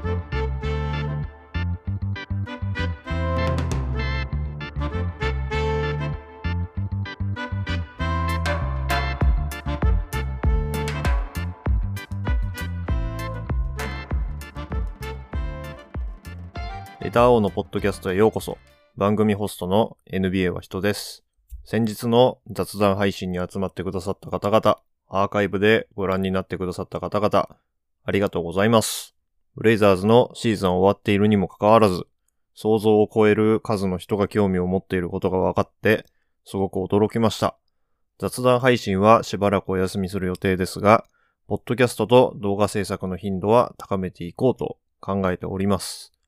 レター王のポッドキャストへようこそ。番組ホストの NBA は人です。先日の雑談配信に集まってくださった方々、アーカイブでご覧になってくださった方々、ありがとうございます。ブレイザーズのシーズン終わっているにもかかわらず、想像を超える数の人が興味を持っていることが分かって、すごく驚きました。雑談配信はしばらくお休みする予定ですが、ポッドキャストと動画制作の頻度は高めていこうと考えております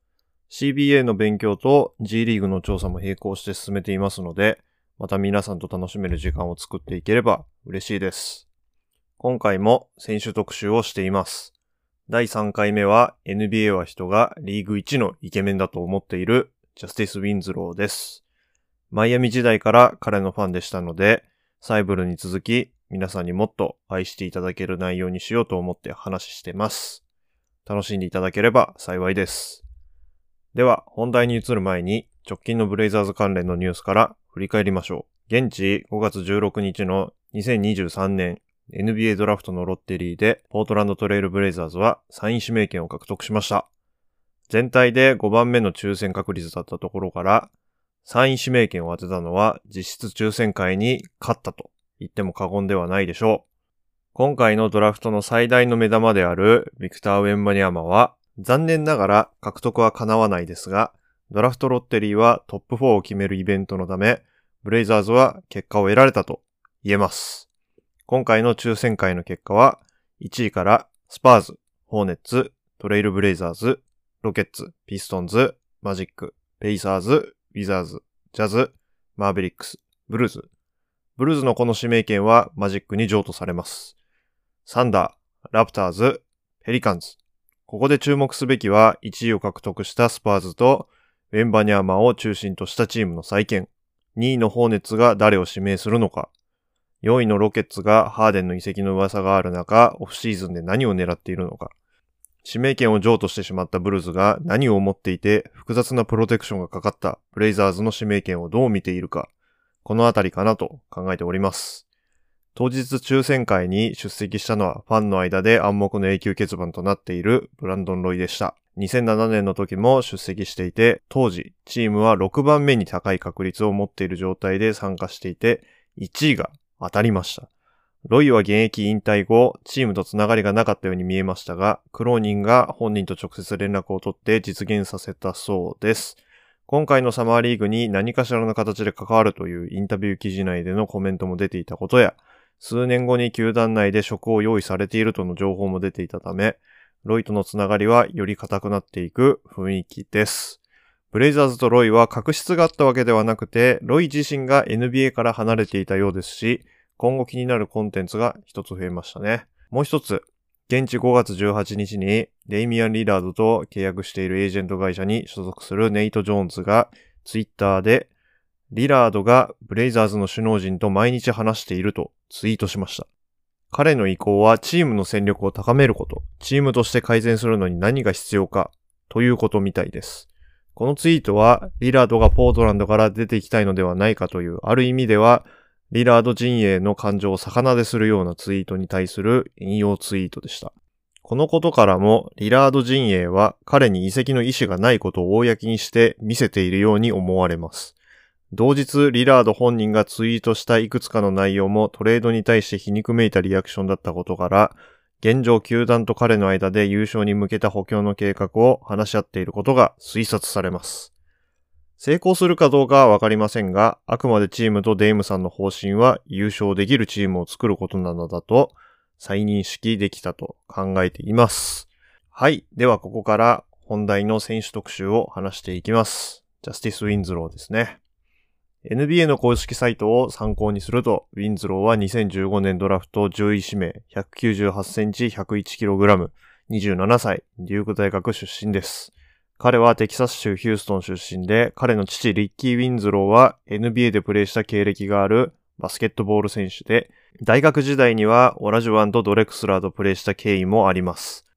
。CBA の勉強と G リーグの調査も並行して進めていますので、また皆さんと楽しめる時間を作っていければ嬉しいです。今回も選手特集をしています。第3回目は NBA は人がリーグ1のイケメンだと思っているジャスティス・ウィンズローです。マイアミ時代から彼のファンでしたので、サイブルに続き皆さんにもっと愛していただける内容にしようと思って話してます。楽しんでいただければ幸いです。では本題に移る前に直近のブレイザーズ関連のニュースから振り返りましょう。現地5月16日の2023年 NBA ドラフトのロッテリーでポートランドトレイルブレイザーズは3位指名権を獲得しました。全体で5番目の抽選確率だったところから3位指名権を当てたのは実質抽選会に勝ったと言っても過言ではないでしょう。今回のドラフトの最大の目玉であるビクター・ウェンバニャマは残念ながら獲得は叶わないですが、ドラフトロッテリーはトップ4を決めるイベントのため、ブレイザーズは結果を得られたと言えます。今回の抽選会の結果は、1位からスパーズ、ホーネッツ、トレイルブレイザーズ、ロケッツ、ピストンズ、マジック、ペイサーズ、ウィザーズ、ジャズ、マーベリックス、ブルーズ。ブルーズのこの指名権はマジックに譲渡されます。サンダー、ラプターズ、ペリカンズ。ここで注目すべきは1位を獲得したスパーズとウェンバニャーマを中心としたチームの再建。2位のホーネッツが誰を指名するのか。4位のロケッツがハーデンの移籍の噂がある中、オフシーズンで何を狙っているのか。指名権を譲渡してしまったブルーズが何を思っていて複雑なプロテクションがかかったブレイザーズの指名権をどう見ているか。このあたりかなと考えております。当日抽選会に出席したのはファンの間で暗黙の永久欠番となっているブランドン・ロイでした。2007年の時も出席していて、当時チームは6番目に高い確率を持っている状態で参加していて、1位が当たりました。ロイは現役引退後、チームとつながりがなかったように見えましたが、クローニンが本人と直接連絡を取って実現させたそうです。今回のサマーリーグに何かしらの形で関わるというインタビュー記事内でのコメントも出ていたことや、数年後に球団内で職を用意されているとの情報も出ていたため、ロイとのつながりはより固くなっていく雰囲気です。ブレイザーズとロイは確執があったわけではなくて、ロイ自身が NBA から離れていたようですし、今後気になるコンテンツが一つ増えましたね。もう一つ、現地5月18日にデイミアン・リラードと契約しているエージェント会社に所属するネイト・ジョーンズがツイッターでリラードがブレイザーズの首脳陣と毎日話しているとツイートしました。彼の意向はチームの戦力を高めること、チームとして改善するのに何が必要かということみたいです。このツイートはリラードがポートランドから出ていきたいのではないかというある意味ではリラード陣営の感情を逆なでするようなツイートに対する引用ツイートでした。このことからもリラード陣営は彼に移籍の意思がないことを公にして見せているように思われます。同日リラード本人がツイートしたいくつかの内容もトレードに対して皮肉めいたリアクションだったことから、現状球団と彼の間で優勝に向けた補強の計画を話し合っていることが推察されます。成功するかどうかはわかりませんが、あくまでチームとデイムさんの方針は優勝できるチームを作ることなのだと再認識できたと考えています。はい。ではここから本題の選手特集を話していきます。ジャスティス・ウィンズローですね。NBA の公式サイトを参考にすると、ウィンズローは2015年ドラフト10位指名、198センチ、101キログラム、27歳、デューク大学出身です。彼はテキサス州ヒューストン出身で、彼の父リッキー・ウィンズローは NBA でプレーした経歴があるバスケットボール選手で、大学時代にはオラジュワンとドレクスラーとプレーした経緯もあります。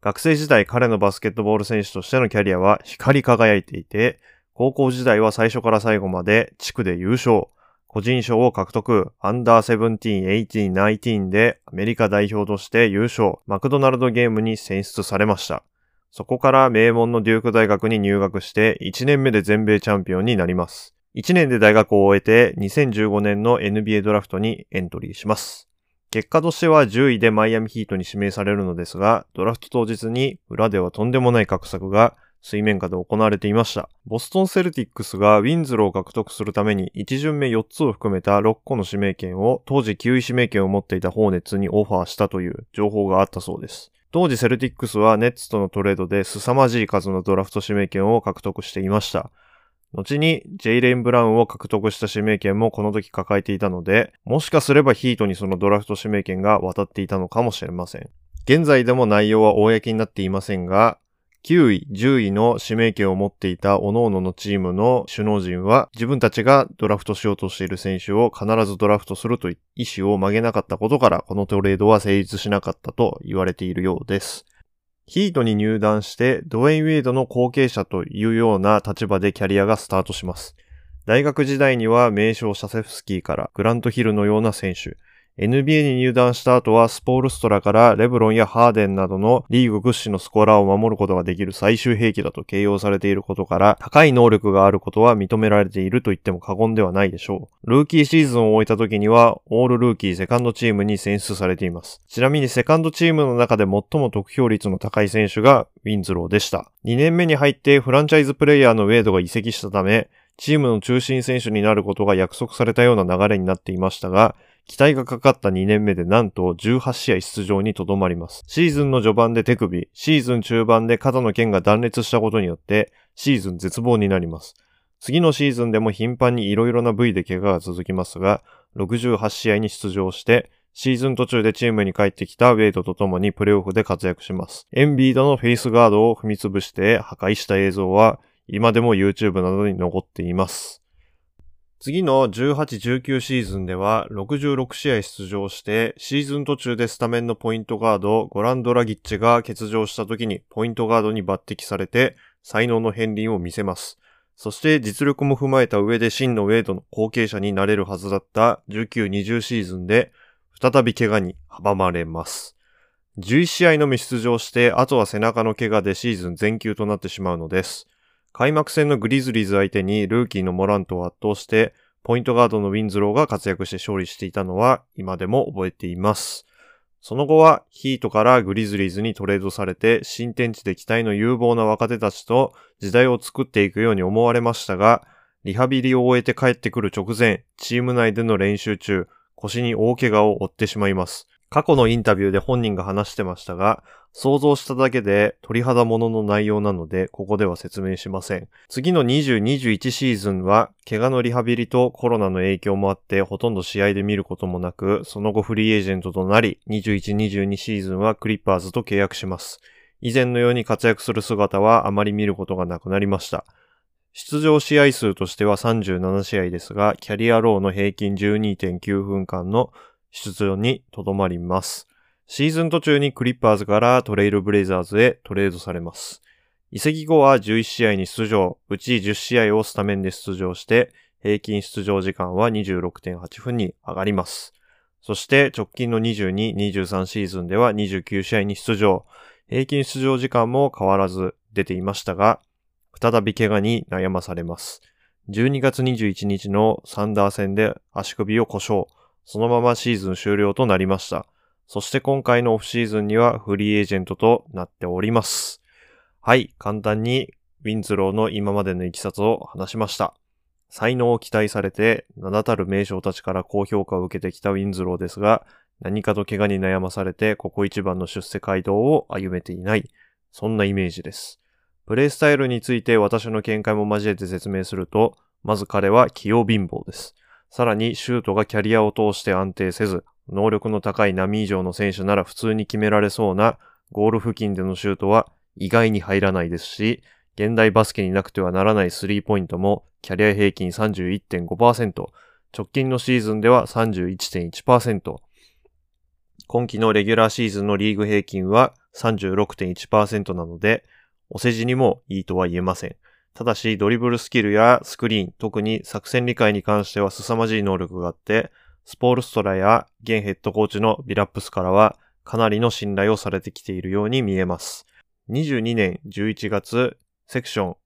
学生時代彼のバスケットボール選手としてのキャリアは光り輝いていて、高校時代は最初から最後まで地区で優勝、個人賞を獲得、アンダー17、18、19でアメリカ代表として優勝、マクドナルドゲームに選出されました。そこから名門のデューク大学に入学して1年目で全米チャンピオンになります。1年で大学を終えて2015年の NBA ドラフトにエントリーします。結果としては10位でマイアミヒートに指名されるのですが、ドラフト当日に裏ではとんでもない画策が水面下で行われていました。ボストンセルティックスがウィンズローを獲得するために1巡目4つを含めた6個の指名権を当時9位指名権を持っていたホーネッツにオファーしたという情報があったそうです。当時セルティックスはネッツとのトレードで凄まじい数のドラフト指名権を獲得していました。後にジェイレン・ブラウンを獲得した指名権もこの時抱えていたので、もしかすればヒートにそのドラフト指名権が渡っていたのかもしれません。現在でも内容は公になっていませんが、9位、10位の指名権を持っていた各々のチームの首脳陣は自分たちがドラフトしようとしている選手を必ずドラフトするという意思を曲げなかったことからこのトレードは成立しなかったと言われているようです。ヒートに入団してドウェイン・ウェイドの後継者というような立場でキャリアがスタートします。大学時代には名将シャセフスキーからグラント・ヒルのような選手、NBA に入団した後はスポールストラからレブロンやハーデンなどのリーグ屈指のスコアラーを守ることができる最終兵器だと形容されていることから高い能力があることは認められていると言っても過言ではないでしょう。ルーキーシーズンを終えた時にはオールルーキーセカンドチームに選出されています。ちなみにセカンドチームの中で最も得票率の高い選手がウィンズローでした。2年目に入ってフランチャイズプレイヤーのウェイドが移籍したためチームの中心選手になることが約束されたような流れになっていましたが、期待がかかった2年目でなんと18試合出場にとどまります。シーズンの序盤で手首、シーズン中盤で肩の腱が断裂したことによってシーズン絶望になります。次のシーズンでも頻繁にいろいろな部位で怪我が続きますが、68試合に出場して、シーズン途中でチームに帰ってきたウェイドと共にプレーオフで活躍します。エンビードのフェイスガードを踏み潰して破壊した映像は今でも YouTube などに残っています。次の18、19シーズンでは66試合出場してシーズン途中でスタメンのポイントガードゴランドラギッチが欠場した時にポイントガードに抜擢されて才能の片鱗を見せます。そして実力も踏まえた上で真のウェイドの後継者になれるはずだった19、20シーズンで再び怪我に阻まれます。11試合のみ出場してあとは背中の怪我でシーズン全休となってしまうのです。開幕戦のグリズリーズ相手にルーキーのモラントを圧倒してポイントガードのウィンズローが活躍して勝利していたのは今でも覚えています。その後はヒートからグリズリーズにトレードされて新天地で期待の有望な若手たちと時代を作っていくように思われましたが、リハビリを終えて帰ってくる直前、チーム内での練習中、腰に大怪我を負ってしまいます。過去のインタビューで本人が話してましたが、想像しただけで鳥肌ものの内容なのでここでは説明しません。次の20、21シーズンは怪我のリハビリとコロナの影響もあってほとんど試合で見ることもなく、その後フリーエージェントとなり21、22シーズンはクリッパーズと契約します。以前のように活躍する姿はあまり見ることがなくなりました。出場試合数としては37試合ですが、キャリアローの平均 12.9 分間の出場にとどまります。シーズン途中にクリッパーズからトレイルブレイザーズへトレードされます。移籍後は11試合に出場、うち10試合をスタメンで出場して、平均出場時間は 26.8 分に上がります。そして直近の22、23シーズンでは29試合に出場、平均出場時間も変わらず出ていましたが、再び怪我に悩まされます。12月21日のサンダー戦で足首を故障、そのままシーズン終了となりました。そして今回のオフシーズンにはフリーエージェントとなっております。はい、簡単にウィンズローの今までのいきさつを話しました。才能を期待されて名だたる名将たちから高評価を受けてきたウィンズローですが、何かと怪我に悩まされてここ一番の出世街道を歩めていない、そんなイメージです。プレイスタイルについて私の見解も交えて説明すると、まず彼は器用貧乏です。さらにシュートがキャリアを通して安定せず、能力の高い並以上の選手なら普通に決められそうなゴール付近でのシュートは意外に入らないですし、現代バスケになくてはならないスリーポイントもキャリア平均 31.5%、直近のシーズンでは 31.1%、今季のレギュラーシーズンのリーグ平均は 36.1% なので、お世辞にもいいとは言えません。ただし、ドリブルスキルやスクリーン、特に作戦理解に関しては凄まじい能力があって、スポールストラや現ヘッドコーチのビラップスからはかなりの信頼をされてきているように見えます。22年11月、セクション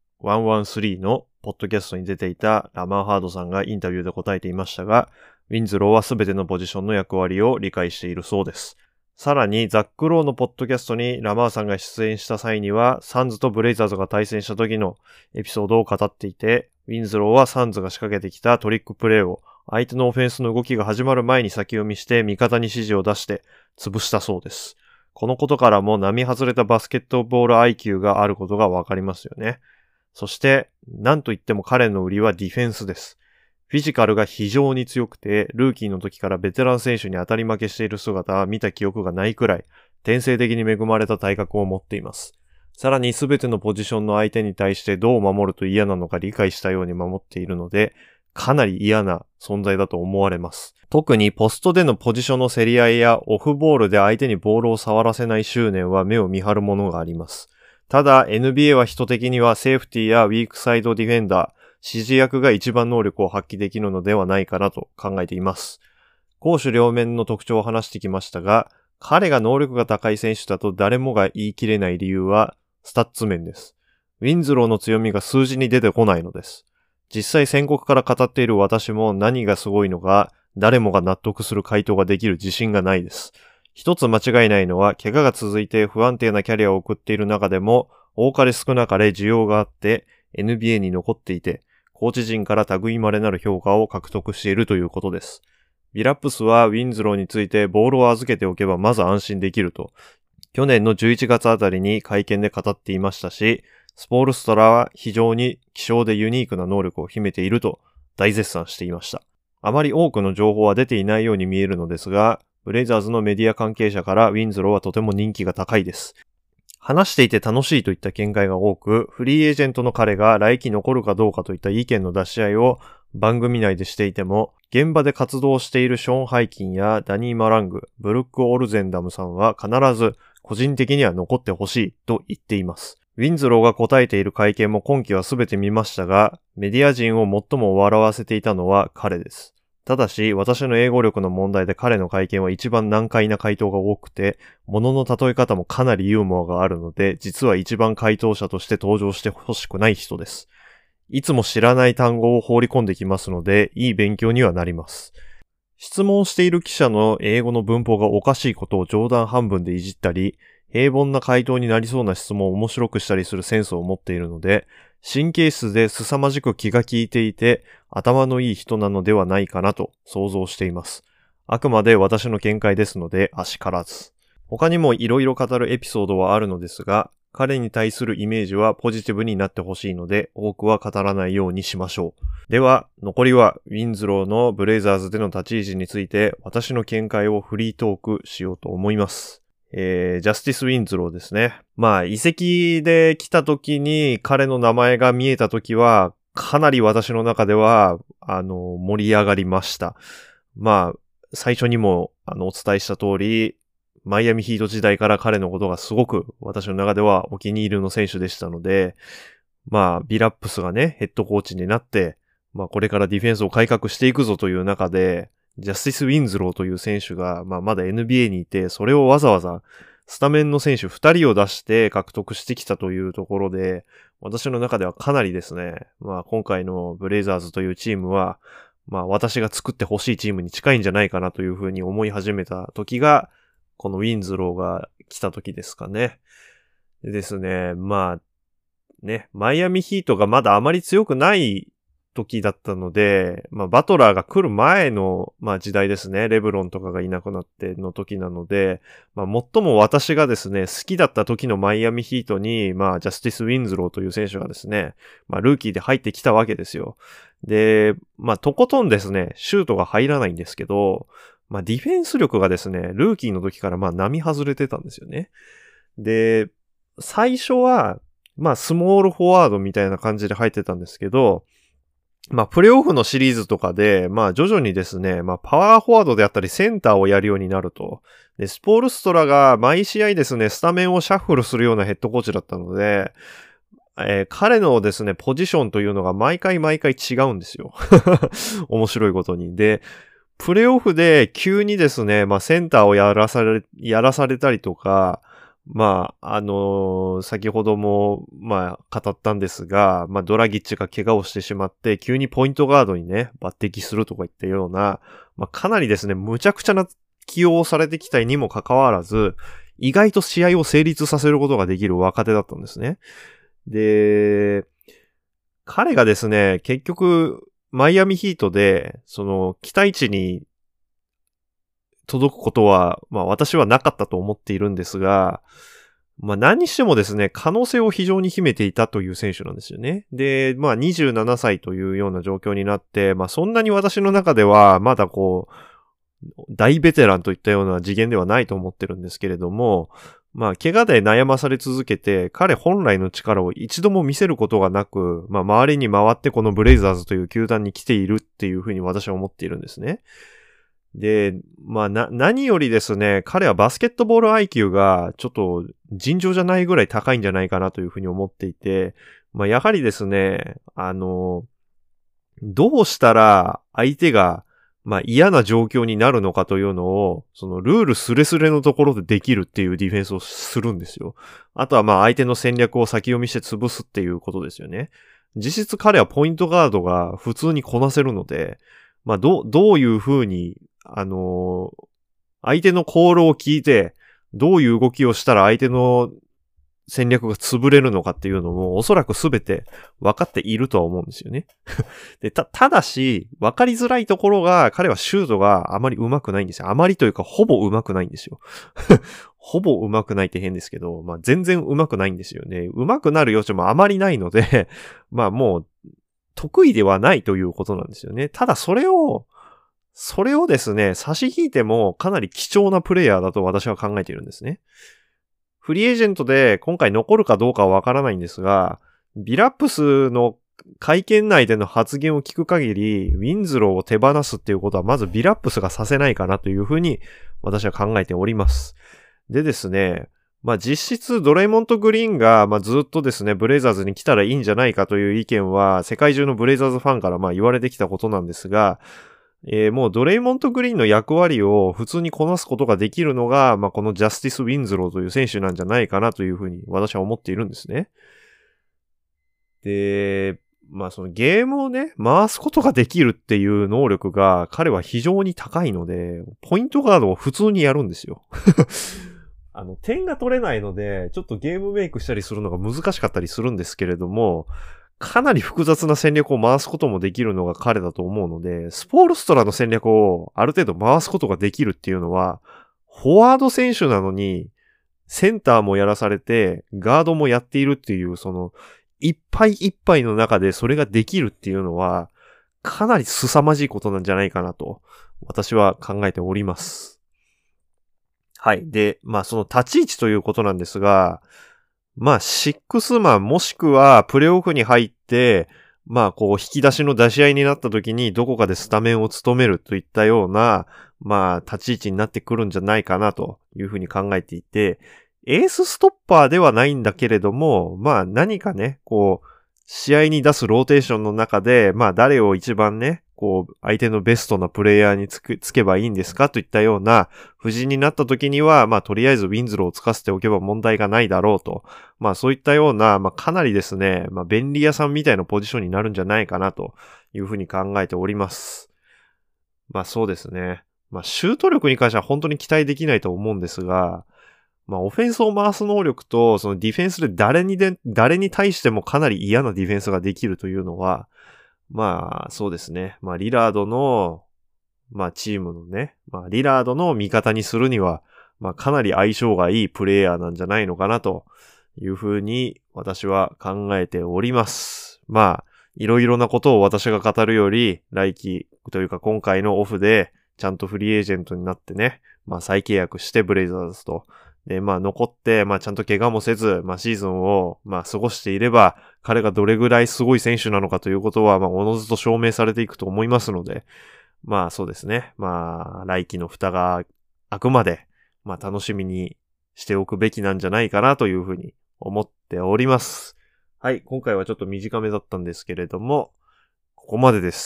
113のポッドキャストに出ていたラマーハードさんがインタビューで答えていましたが、ウィンズローはすべてのポジションの役割を理解しているそうです。さらに、ザック・ローのポッドキャストにラマーさんが出演した際には、サンズとブレイザーズが対戦した時のエピソードを語っていて、ウィンズローはサンズが仕掛けてきたトリックプレーを相手のオフェンスの動きが始まる前に先読みして味方に指示を出して潰したそうです。このことからも並外れたバスケットボール IQ があることがわかりますよね。そして、なんといっても彼の売りはディフェンスです。フィジカルが非常に強くて、ルーキーの時からベテラン選手に当たり負けしている姿は見た記憶がないくらい、天性的に恵まれた体格を持っています。さらに全てのポジションの相手に対してどう守ると嫌なのか理解したように守っているので、かなり嫌な存在だと思われます。特にポストでのポジションの競り合いやオフボールで相手にボールを触らせない執念は目を見張るものがあります。ただ NBA は人的にはセーフティやウィークサイドディフェンダー、指示役が一番能力を発揮できるのではないかなと考えています。攻守両面の特徴を話してきましたが、彼が能力が高い選手だと誰もが言い切れない理由はスタッツ面です。ウィンズローの強みが数字に出てこないのです。実際宣告から語っている私も何がすごいのか誰もが納得する回答ができる自信がないです。一つ間違いないのは怪我が続いて不安定なキャリアを送っている中でも多かれ少なかれ需要があって NBA に残っていてコーチ陣から類まれなる評価を獲得しているということです。ビラップスはウィンズローについてボールを預けておけばまず安心できると、去年の11月あたりに会見で語っていましたし、スポールストラは非常に希少でユニークな能力を秘めていると大絶賛していました。あまり多くの情報は出ていないように見えるのですが、ブレイザーズのメディア関係者からウィンズローはとても人気が高いです。話していて楽しいといった見解が多く、フリーエージェントの彼が来季残るかどうかといった意見の出し合いを番組内でしていても、現場で活動しているショーン・ハイキンやダニー・マラング、ブルック・オルゼンダムさんは必ず個人的には残ってほしいと言っています。ウィンズローが答えている会見も今期は全て見ましたが、メディア人を最も笑わせていたのは彼です。ただし、私の英語力の問題で彼の会見は一番難解な回答が多くて、物の例え方もかなりユーモアがあるので、実は一番回答者として登場してほしくない人です。いつも知らない単語を放り込んできますので、いい勉強にはなります。質問している記者の英語の文法がおかしいことを冗談半分でいじったり、平凡な回答になりそうな質問を面白くしたりするセンスを持っているので、神経質で凄まじく気が利いていて、頭のいい人なのではないかなと想像しています。あくまで私の見解ですので、あしからず。他にも色々語るエピソードはあるのですが、彼に対するイメージはポジティブになってほしいので、多くは語らないようにしましょう。では、残りはウィンズローのブレイザーズでの立ち位置について、私の見解をフリートークしようと思います。ジャスティス・ウィンズローですね。移籍で来た時に彼の名前が見えた時は、かなり私の中では、盛り上がりました。最初にも、お伝えした通り、マイアミヒート時代から彼のことがすごく私の中ではお気に入りの選手でしたので、ビラップスがね、ヘッドコーチになって、これからディフェンスを改革していくぞという中で、ジャスティス・ウィンズローという選手が、まだ NBA にいて、それをわざわざスタメンの選手2人を出して獲得してきたというところで、私の中ではかなりですね、今回のブレイザーズというチームは、私が作ってほしいチームに近いんじゃないかなというふうに思い始めた時が、このウィンズローが来た時ですかね。でですね、マイアミヒートがまだあまり強くない時だったので、バトラーが来る前の、時代ですね。レブロンとかがいなくなっての時なので、最も私がですね、好きだった時のマイアミヒートに、ジャスティス・ウィンズローという選手がですね、ルーキーで入ってきたわけですよ。で、とことんですね、シュートが入らないんですけど、ディフェンス力がですね、ルーキーの時から並外れてたんですよね。で、最初は、スモールフォワードみたいな感じで入ってたんですけど、 まあ、プレイオフのシリーズとかで、まあ、徐々にですね、まあ、パワーフォワードであったりセンターをやるようになると。で、スポールストラが毎試合ですね、スタメンをシャッフルするようなヘッドコーチだったので、彼のですね、ポジションというのが毎回違うんですよ。面白いことに。で、プレイオフで急にですね、まあ、センターをやらされたりとか、まあ、先ほども、まあ、語ったんですが、まあ、ドラギッチが怪我をしてしまって、急にポイントガードにね、抜擢するとかいったような、まあ、かなりですね、むちゃくちゃな起用をされてきたにもかかわらず、意外と試合を成立させることができる若手だったんですね。で、彼がですね、結局、マイアミヒートで、その、期待値に届くことは、まあ私はなかったと思っているんですが、まあ何にしてもですね、可能性を非常に秘めていたという選手なんですよね。で、まあ27歳というような状況になって、まあそんなに私の中ではまだこう、大ベテランといったような次元ではないと思ってるんですけれども、まあ怪我で悩まされ続けて、彼本来の力を一度も見せることがなく、まあ周りに回ってこのブレイザーズという球団に来ているっていうふうに私は思っているんですね。で、まあ何よりですね、彼はバスケットボール IQ がちょっと尋常じゃないぐらい高いんじゃないかなというふうに思っていて、まあやはりですね、どうしたら相手がまあ嫌な状況になるのかというのを、そのルールスレスレのところでできるっていうディフェンスをするんですよ。あとはまあ相手の戦略を先読みして潰すっていうことですよね。実質彼はポイントガードが普通にこなせるので、まあどういう風に相手のコールを聞いて、どういう動きをしたら相手の戦略が潰れるのかっていうのも、おそらくすべて分かっているとは思うんですよね。で、ただし、分かりづらいところが、彼はシュートがあまり上手くないんですよ。あまりというか、ほぼ上手くないんですよ。ほぼ上手くないって変ですけど、まあ全然上手くないんですよね。上手くなる余地もあまりないので、まあもう、得意ではないということなんですよね。ただそれをですね、差し引いてもかなり貴重なプレイヤーだと私は考えているんですね。フリーエージェントで今回残るかどうかはわからないんですが、ビラップスの会見内での発言を聞く限り、ウィンズローを手放すっていうことはまずビラップスがさせないかなというふうに私は考えております。でですね、まあ実質ドレイモント・グリーンがまあずっとですね、ブレイザーズに来たらいいんじゃないかという意見は世界中のブレイザーズファンからまあ言われてきたことなんですが、もうドレイモント・グリーンの役割を普通にこなすことができるのが、まあ、このジャスティス・ウィンズローという選手なんじゃないかなというふうに私は思っているんですね。で、まあそのゲームをね、回すことができるっていう能力が彼は非常に高いので、ポイントガードを普通にやるんですよ。点が取れないので、ちょっとゲームメイクしたりするのが難しかったりするんですけれども、かなり複雑な戦略を回すこともできるのが彼だと思うので、スポールストラの戦略をある程度回すことができるっていうのは、フォワード選手なのに、センターもやらされて、ガードもやっているっていう、その、いっぱいいっぱいの中でそれができるっていうのは、かなり凄まじいことなんじゃないかなと、私は考えております。はい。で、まあその立ち位置ということなんですが、まあ、シックスマンもしくはプレイオフに入って、まあ、こう、引き出しの出し合いになった時にどこかでスタメンを務めるといったような、まあ、立ち位置になってくるんじゃないかなというふうに考えていて、エースストッパーではないんだけれども、まあ、何かね、こう、試合に出すローテーションの中で、まあ、誰を一番ね、こう、相手のベストなプレイヤーにつけばいいんですかといったような布陣になった時には、まあ、とりあえずウィンズローをつかせておけば問題がないだろうと。まあ、そういったような、まあ、かなりですね、まあ、便利屋さんみたいなポジションになるんじゃないかなというふうに考えております。まあ、そうですね。まあ、シュート力に関しては本当に期待できないと思うんですが、まあ、オフェンスを回す能力と、そのディフェンスで誰に対してもかなり嫌なディフェンスができるというのは、まあ、そうですね。まあ、リラードの、まあ、チームのね、まあ、リラードの味方にするには、まあ、かなり相性がいいプレイヤーなんじゃないのかなというふうに私は考えております。まあ、いろいろなことを私が語るより、来季というか今回のオフで、ちゃんとフリーエージェントになってね、まあ再契約してブレイザーズとで、残って、ちゃんと怪我もせず、シーズンを、過ごしていれば、彼がどれぐらいすごい選手なのかということは、おのずと証明されていくと思いますので、そうですね。来季の蓋が開くまで、楽しみにしておくべきなんじゃないかなというふうに思っております。はい、今回はちょっと短めだったんですけれども、ここまでです。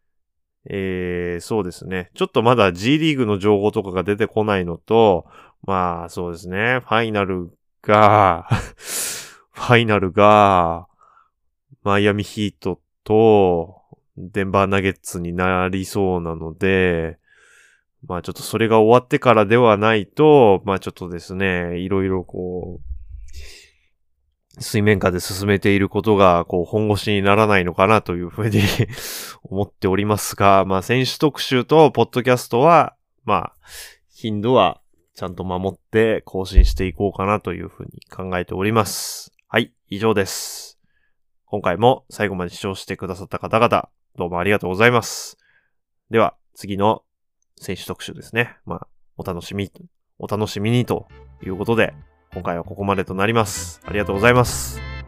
そうですね。ちょっとまだ G リーグの情報とかが出てこないのと、そうですね。ファイナルが、マイアミヒートと、デンバーナゲッツになりそうなので、ちょっとそれが終わってからではないと、ちょっとですね、いろいろ水面下で進めていることが、本腰にならないのかなというふうに思っておりますが、選手特集とポッドキャストは、頻度はちゃんと守って更新していこうかなというふうに考えております。はい、以上です。今回も最後まで視聴してくださった方々、どうもありがとうございます。では、次の選手特集ですね。お楽しみにということで、今回はここまでとなります。ありがとうございます。